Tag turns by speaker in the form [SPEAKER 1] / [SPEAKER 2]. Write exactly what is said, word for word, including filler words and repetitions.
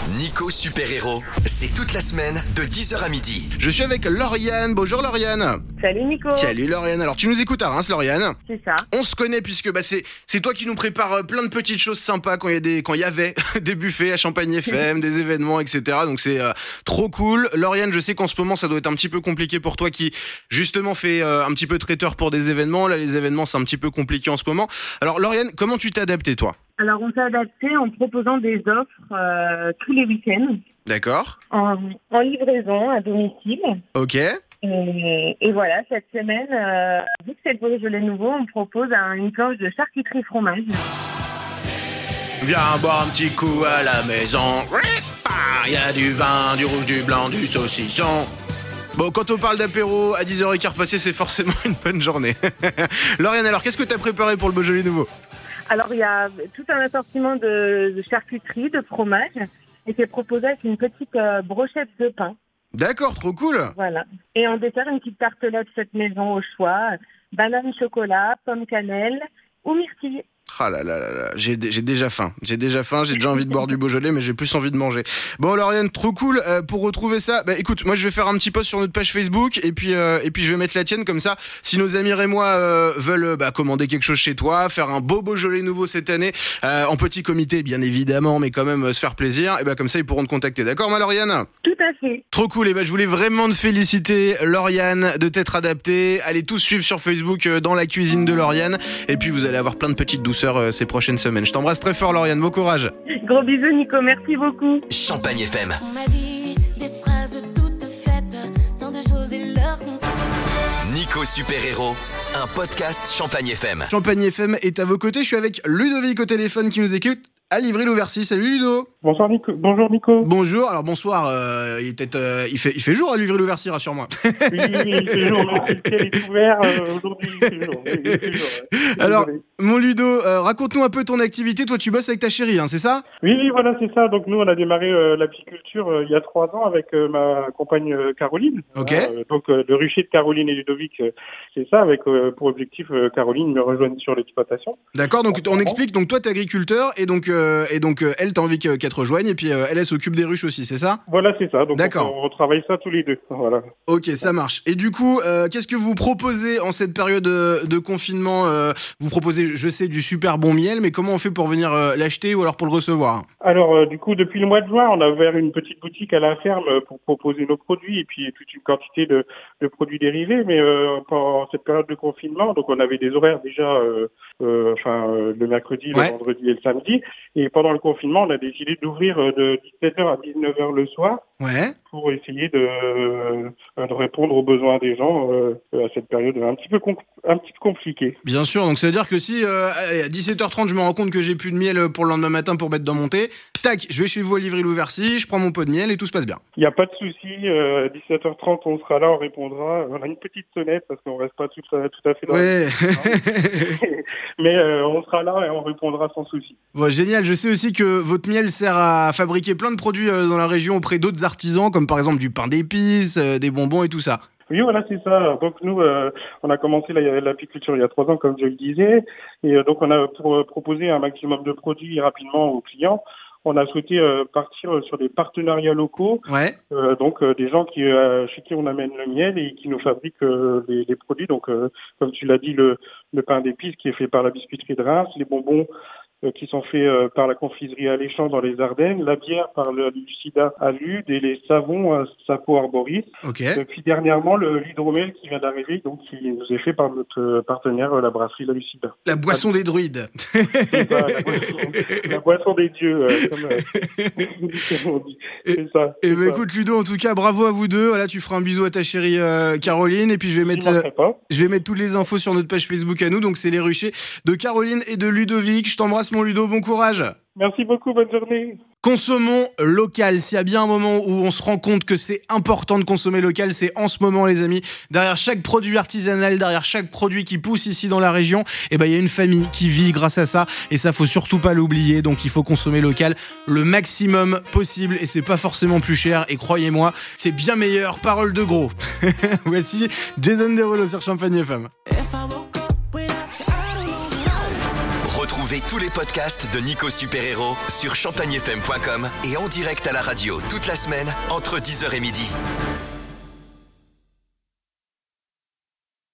[SPEAKER 1] Nico Super Héros, c'est toute la semaine de dix heures à midi.
[SPEAKER 2] Je suis avec Lauriane. Bonjour Lauriane.
[SPEAKER 3] Salut Nico.
[SPEAKER 2] Salut Lauriane. Alors tu nous écoutes à Reims, Lauriane.
[SPEAKER 3] C'est ça.
[SPEAKER 2] On se connaît puisque bah, c'est, c'est toi qui nous prépares plein de petites choses sympas quand il y a des, quand il y avait des buffets à Champagne F M, des événements, et cetera. Donc c'est euh, trop cool. Lauriane, je sais qu'en ce moment ça doit être un petit peu compliqué pour toi qui justement fait euh, un petit peu traiteur pour des événements. Là les événements c'est un petit peu compliqué en ce moment. Alors Lauriane, comment tu t'es adaptée toi ?
[SPEAKER 3] Alors on s'est adapté en proposant des offres euh, tous les week-ends.
[SPEAKER 2] D'accord.
[SPEAKER 3] En, en livraison à domicile.
[SPEAKER 2] Ok.
[SPEAKER 3] Et, et voilà, cette semaine, euh, vu que c'est le Beaujolais nouveau, on propose un, une planche de charcuterie fromage.
[SPEAKER 2] Viens boire un petit coup à la maison. Il y a du vin, du rouge, du blanc, du saucisson. Bon, quand on parle d'apéro, à dix heures quinze passé, c'est forcément une bonne journée. Lauriane, alors qu'est-ce que tu as préparé pour le Beaujolais nouveau ?
[SPEAKER 3] Alors il y a tout un assortiment de, de charcuterie, de fromage, et c'est proposé avec une petite euh, brochette de pain.
[SPEAKER 2] D'accord, trop cool.
[SPEAKER 3] Voilà. Et en dessert, une petite tartelette faite maison au choix, banane chocolat, pomme cannelle ou myrtille.
[SPEAKER 2] Ah là là là là, j'ai, j'ai déjà faim, j'ai déjà faim, j'ai déjà envie de boire du Beaujolais, mais j'ai plus envie de manger. Bon Lauriane, trop cool. Euh, pour retrouver ça, bah écoute, moi je vais faire un petit post sur notre page Facebook et puis euh, et puis je vais mettre la tienne comme ça. Si nos amis et moi euh, veulent bah, commander quelque chose chez toi, faire un beau Beaujolais nouveau cette année, euh, en petit comité bien évidemment, mais quand même euh, se faire plaisir, et bah comme ça ils pourront te contacter. D'accord, ma Lauriane ?
[SPEAKER 3] Tout à fait.
[SPEAKER 2] Trop cool. Et bah je voulais vraiment te féliciter, Lauriane, de t'être adaptée. Allez tous suivre sur Facebook euh, dans la cuisine de Lauriane, et puis vous allez avoir plein de petites douceurs euh, ces prochaines semaine. Je t'embrasse très fort Lauriane, bon courage.
[SPEAKER 3] Gros bisous Nico, merci beaucoup.
[SPEAKER 1] Champagne F M.
[SPEAKER 4] On m'a dit des phrases toutes faites, tant de choses et leur contraire.
[SPEAKER 1] Nico Super Héros, un podcast Champagne F M.
[SPEAKER 2] Champagne F M est à vos côtés, je suis avec Ludovic au téléphone qui nous écoute à Livry-Louvercy. Salut Ludo.
[SPEAKER 5] Bonsoir Nico. Bonjour Nico.
[SPEAKER 2] Bonjour, alors bonsoir, euh, il, est peut-être, euh, il, fait, il fait jour à Livry-Louvercy, rassure-moi.
[SPEAKER 5] Oui, il fait jour, le ciel est ouvert, euh, aujourd'hui il fait jour. Oui, il fait jour ouais.
[SPEAKER 2] Alors, mon Ludo, euh, raconte-nous un peu ton activité. Toi tu bosses avec ta chérie, hein, c'est ça ?
[SPEAKER 5] Oui, oui, voilà, c'est ça. Donc nous on a démarré euh, l'apiculture euh, il y a trois ans avec euh, ma compagne euh, Caroline.
[SPEAKER 2] Ok.
[SPEAKER 5] Euh, donc euh, le rucher de Caroline et Ludovic, euh, c'est ça, avec euh, pour objectif euh, Caroline me rejoigne sur l'exploitation.
[SPEAKER 2] D'accord, donc on explique, donc toi t'es agriculteur et donc, euh, et donc euh, elle t'as envie qu'elle te rejoigne et puis euh, elle, elle s'occupe des ruches aussi, c'est ça ?
[SPEAKER 5] Voilà, c'est ça. Donc
[SPEAKER 2] D'accord.
[SPEAKER 5] on, on travaille ça tous les deux. Voilà.
[SPEAKER 2] Ok, ça marche. Et du coup, euh, qu'est-ce que vous proposez en cette période de, de confinement ? euh, Vous proposez, je sais, du super bon miel, mais comment on fait pour venir euh, l'acheter ou alors pour le recevoir ?
[SPEAKER 5] Alors, euh, du coup, depuis le mois de juin, on a ouvert une petite boutique à la ferme euh, pour proposer nos produits et puis toute une quantité de, de produits dérivés. Mais euh, pendant cette période de confinement, donc on avait des horaires déjà, euh, euh, enfin euh, le mercredi,
[SPEAKER 2] Ouais.
[SPEAKER 5] le vendredi et le samedi. Et pendant le confinement, on a décidé d'ouvrir euh, de dix-sept heures à dix-neuf heures le soir
[SPEAKER 2] Ouais.
[SPEAKER 5] pour essayer de, euh, de répondre aux besoins des gens euh, à cette période un petit peu com- un petit peu compliquée.
[SPEAKER 2] Bien sûr, donc ça veut dire que si euh, allez, à dix-sept heures trente je me rends compte que j'ai plus de miel pour le lendemain matin pour mettre dans mon thé, tac, je vais chez vous à Livry-Louvercy, je prends mon pot de miel et tout se passe bien.
[SPEAKER 5] Il n'y a pas de souci, euh, à dix-sept heures trente on sera là, on répondra. On a une petite sonnette parce qu'on reste pas tout, tout à fait dans
[SPEAKER 2] Ouais.
[SPEAKER 5] mais euh, on sera là et on répondra sans souci.
[SPEAKER 2] Bon, génial, je sais aussi que votre miel sert à fabriquer plein de produits euh, dans la région auprès d'autres artisans, comme par exemple du pain d'épices, euh, des bonbons et tout ça.
[SPEAKER 5] Oui, voilà, c'est ça. Donc nous, euh, on a commencé la- l'apiculture il y a trois ans, comme je le disais, et euh, donc on a pour euh, proposer un maximum de produits rapidement aux clients. On a souhaité euh, partir sur des partenariats locaux,
[SPEAKER 2] Ouais.
[SPEAKER 5] euh, donc euh, des gens qui euh, chez qui on amène le miel et qui nous fabriquent euh, les, les produits. Donc, euh, comme tu l'as dit, le, le pain d'épices qui est fait par la biscuiterie de Reims, les bonbons euh, qui sont faits euh, par la confiserie Alléchant dans les Ardennes, la bière par le Lucida à Lude et les savons à Sapo Arboris.
[SPEAKER 2] Ok.
[SPEAKER 5] Et puis dernièrement, le l'hydromel qui vient d'arriver, donc qui nous est fait par notre partenaire, euh, la brasserie La Lucida.
[SPEAKER 2] La boisson des druides.
[SPEAKER 5] C'est ça, la, boisson, la boisson des dieux, euh, comme, euh, comme on dit. C'est ça.
[SPEAKER 2] Et
[SPEAKER 5] c'est
[SPEAKER 2] bah
[SPEAKER 5] ça.
[SPEAKER 2] écoute Ludo, en tout cas, bravo à vous deux. Voilà, tu feras un bisou à ta chérie euh, Caroline et puis je vais
[SPEAKER 5] J'y
[SPEAKER 2] mettre, euh,
[SPEAKER 5] manquerai pas.
[SPEAKER 2] je vais mettre toutes les infos sur notre page Facebook à nous. Donc c'est les ruchers de Caroline et de Ludovic. Je t'embrasse mon Ludo, bon courage.
[SPEAKER 5] Merci beaucoup, bonne journée.
[SPEAKER 2] Consommons local. S'il y a bien un moment où on se rend compte que c'est important de consommer local, c'est en ce moment, les amis. Derrière chaque produit artisanal, derrière chaque produit qui pousse ici dans la région, eh ben, il y a une famille qui vit grâce à ça. Et ça, faut surtout pas l'oublier. Donc, il faut consommer local le maximum possible. Et c'est pas forcément plus cher. Et croyez-moi, c'est bien meilleur. Parole de gros. Voici Jason Derulo sur Champagne F M.
[SPEAKER 1] Retrouvez tous les podcasts de Nico Super Héros sur champagne f m point com et en direct à la radio toute la semaine entre dix heures et midi.